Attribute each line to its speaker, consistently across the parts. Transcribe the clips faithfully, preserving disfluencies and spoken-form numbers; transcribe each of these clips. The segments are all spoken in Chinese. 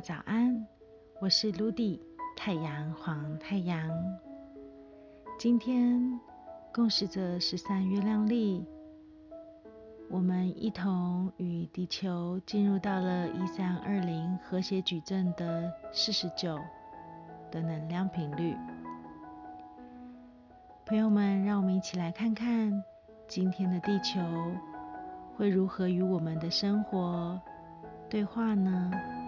Speaker 1: 早安，我是 Ludy 太阳黄太阳。今天共识着十三月亮历，我们一同与地球进入到了一三二零和谐矩阵的四十九的能量频率。朋友们，让我们一起来看看今天的地球会如何与我们的生活对话呢？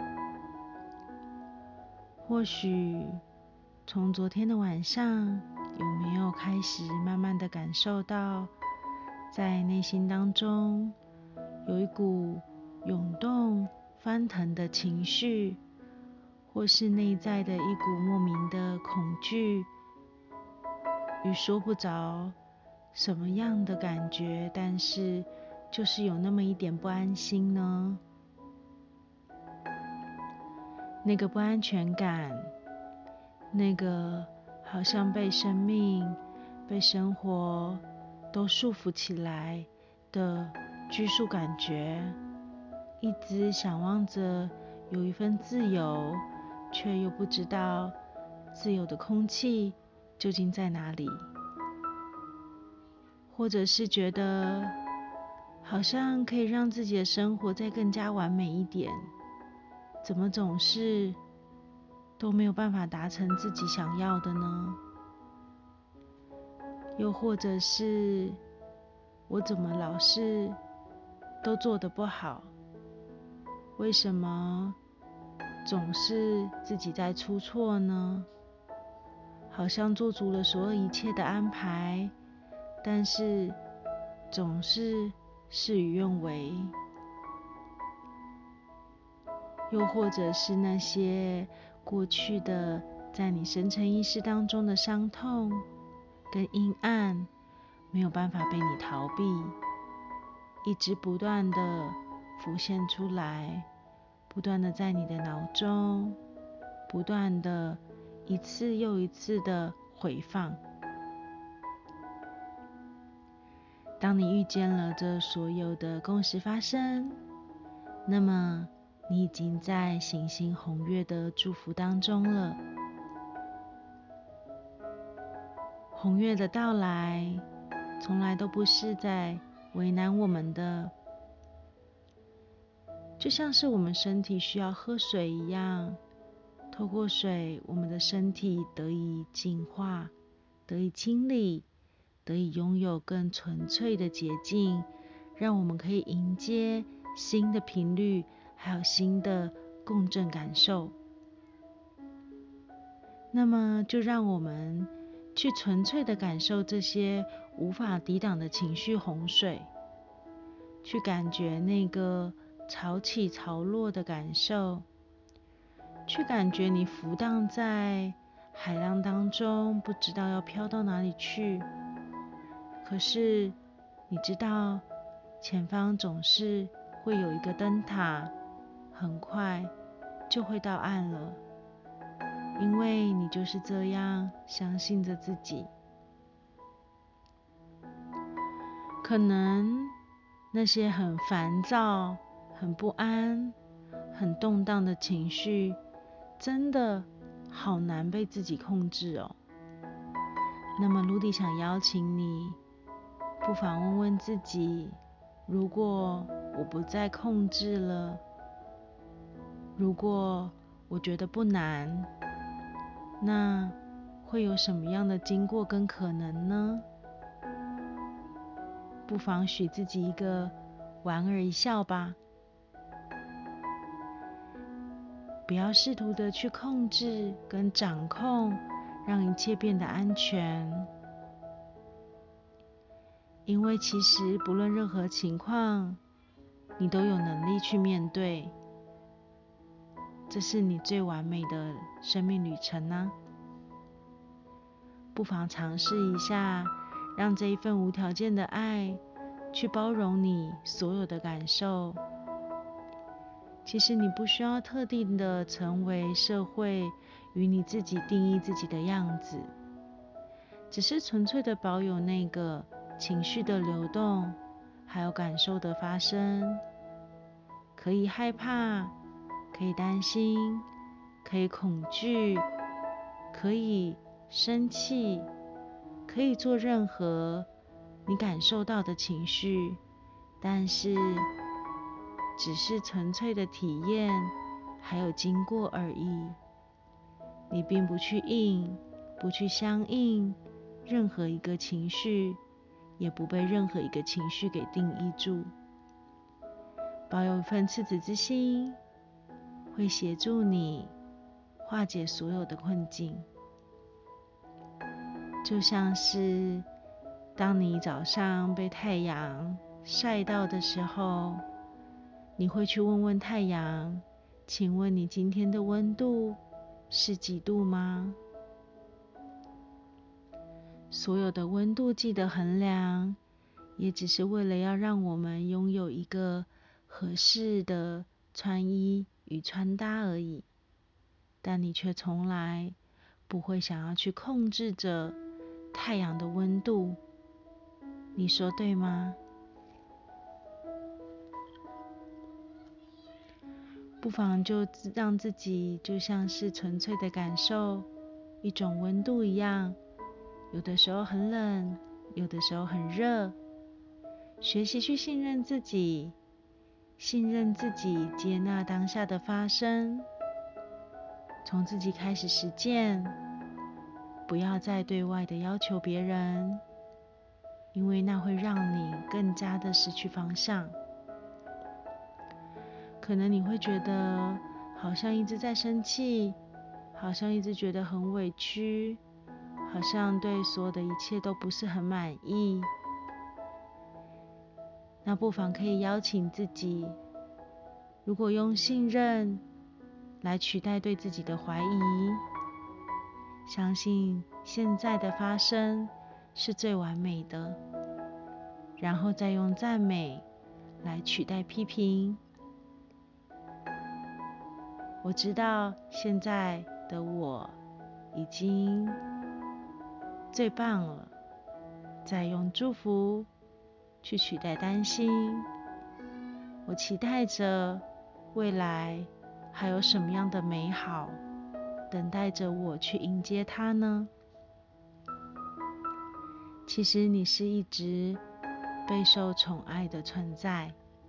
Speaker 1: 或许从昨天的晚上，有没有开始慢慢的感受到，在内心当中有一股涌动翻腾的情绪，或是内在的一股莫名的恐惧与说不着什么样的感觉，但是就是有那么一点不安心呢？那个不安全感，那个好像被生命、被生活都束缚起来的拘束感觉，一直想望着有一份自由，却又不知道自由的空气究竟在哪里，或者是觉得好像可以让自己的生活再更加完美一点，怎么总是都没有办法达成自己想要的呢？又或者是我怎么老是都做得不好？为什么总是自己在出错呢？好像做足了所有一切的安排，但是总是事与愿违。又或者是那些过去的在你深层意识当中的伤痛跟阴暗，没有办法被你逃避，一直不断的浮现出来，不断的在你的脑中，不断的一次又一次的回放。当你遇见了这所有的共识发生，那么你已经在行星红月的祝福当中了。红月的到来，从来都不是在为难我们的，就像是我们身体需要喝水一样，透过水，我们的身体得以净化，得以清理，得以拥有更纯粹的洁净，让我们可以迎接新的频率，还有新的共振感受。那么就让我们去纯粹的感受这些无法抵挡的情绪洪水，去感觉那个潮起潮落的感受，去感觉你浮荡在海浪当中，不知道要飘到哪里去。可是你知道，前方总是会有一个灯塔，很快就会到岸了，因为你就是这样相信着自己。可能那些很烦躁、很不安、很动荡的情绪，真的好难被自己控制哦。那么Ludy想邀请你，不妨问问自己，如果我不再控制了，如果我觉得不难，那会有什么样的经过跟可能呢？不妨许自己一个莞尔一笑吧，不要试图的去控制跟掌控，让一切变得安全。因为其实不论任何情况，你都有能力去面对，这是你最完美的生命旅程啊。不妨尝试一下，让这一份无条件的爱去包容你所有的感受。其实你不需要特定的成为社会与你自己定义自己的样子，只是纯粹的保有那个情绪的流动，还有感受的发生。可以害怕， 可以担心，可以恐惧，可以生气，可以做任何你感受到的情绪，但是只是纯粹的体验，还有经过而已。你并不去应，不去相应任何一个情绪，也不被任何一个情绪给定义住。保有一份赤子之心，会协助你化解所有的困境。就像是当你早上被太阳晒到的时候，你会去问问太阳，请问你今天的温度是几度吗？所有的温度计的衡量，也只是为了要让我们拥有一个合适的穿衣与穿搭而已，但你却从来不会想要去控制着太阳的温度，你说对吗？不妨就让自己就像是纯粹的感受一种温度一样，有的时候很冷，有的时候很热，学习去信任自己，信任自己，接纳当下的发生，从自己开始实践，不要再对外的要求别人，因为那会让你更加的失去方向。可能你会觉得好像一直在生气，好像一直觉得很委屈，好像对所有的一切都不是很满意。那不妨可以邀请自己，如果用信任来取代对自己的怀疑，相信现在的发生是最完美的，然后再用赞美来取代批评。我知道现在的我已经最棒了，再用祝福去取代担心。我期待着未来还有什么样的美好等待着我去迎接它呢？其实你是一直备受宠爱的存在，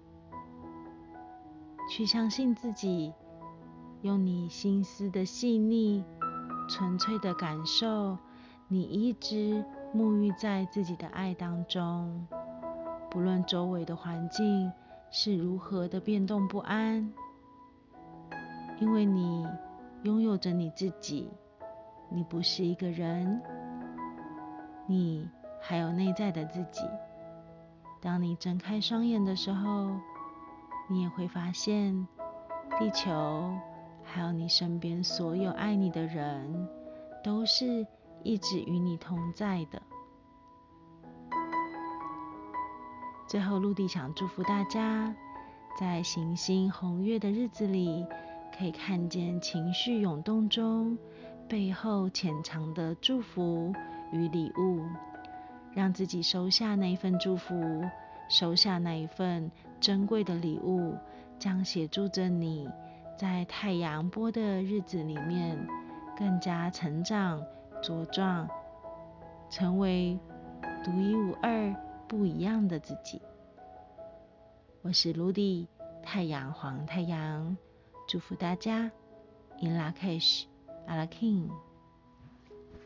Speaker 1: 去相信自己，用你心思的细腻、纯粹的感受，你一直沐浴在自己的爱当中，不论周围的环境是如何的变动不安，因为你拥有着你自己，你不是一个人，你还有内在的自己。当你睁开双眼的时候，你也会发现地球还有你身边所有爱你的人都是一直与你同在的。最后，陆地想祝福大家，在行星红月的日子里，可以看见情绪涌动中背后潜藏的祝福与礼物，让自己收下那一份祝福，收下那一份珍贵的礼物，将协助着你在太阳波的日子里面更加成长茁壮，成为独一无二不一样的自己。我是卢迪，太阳黄太阳，祝福大家 In Lak'ech, Ala K'in。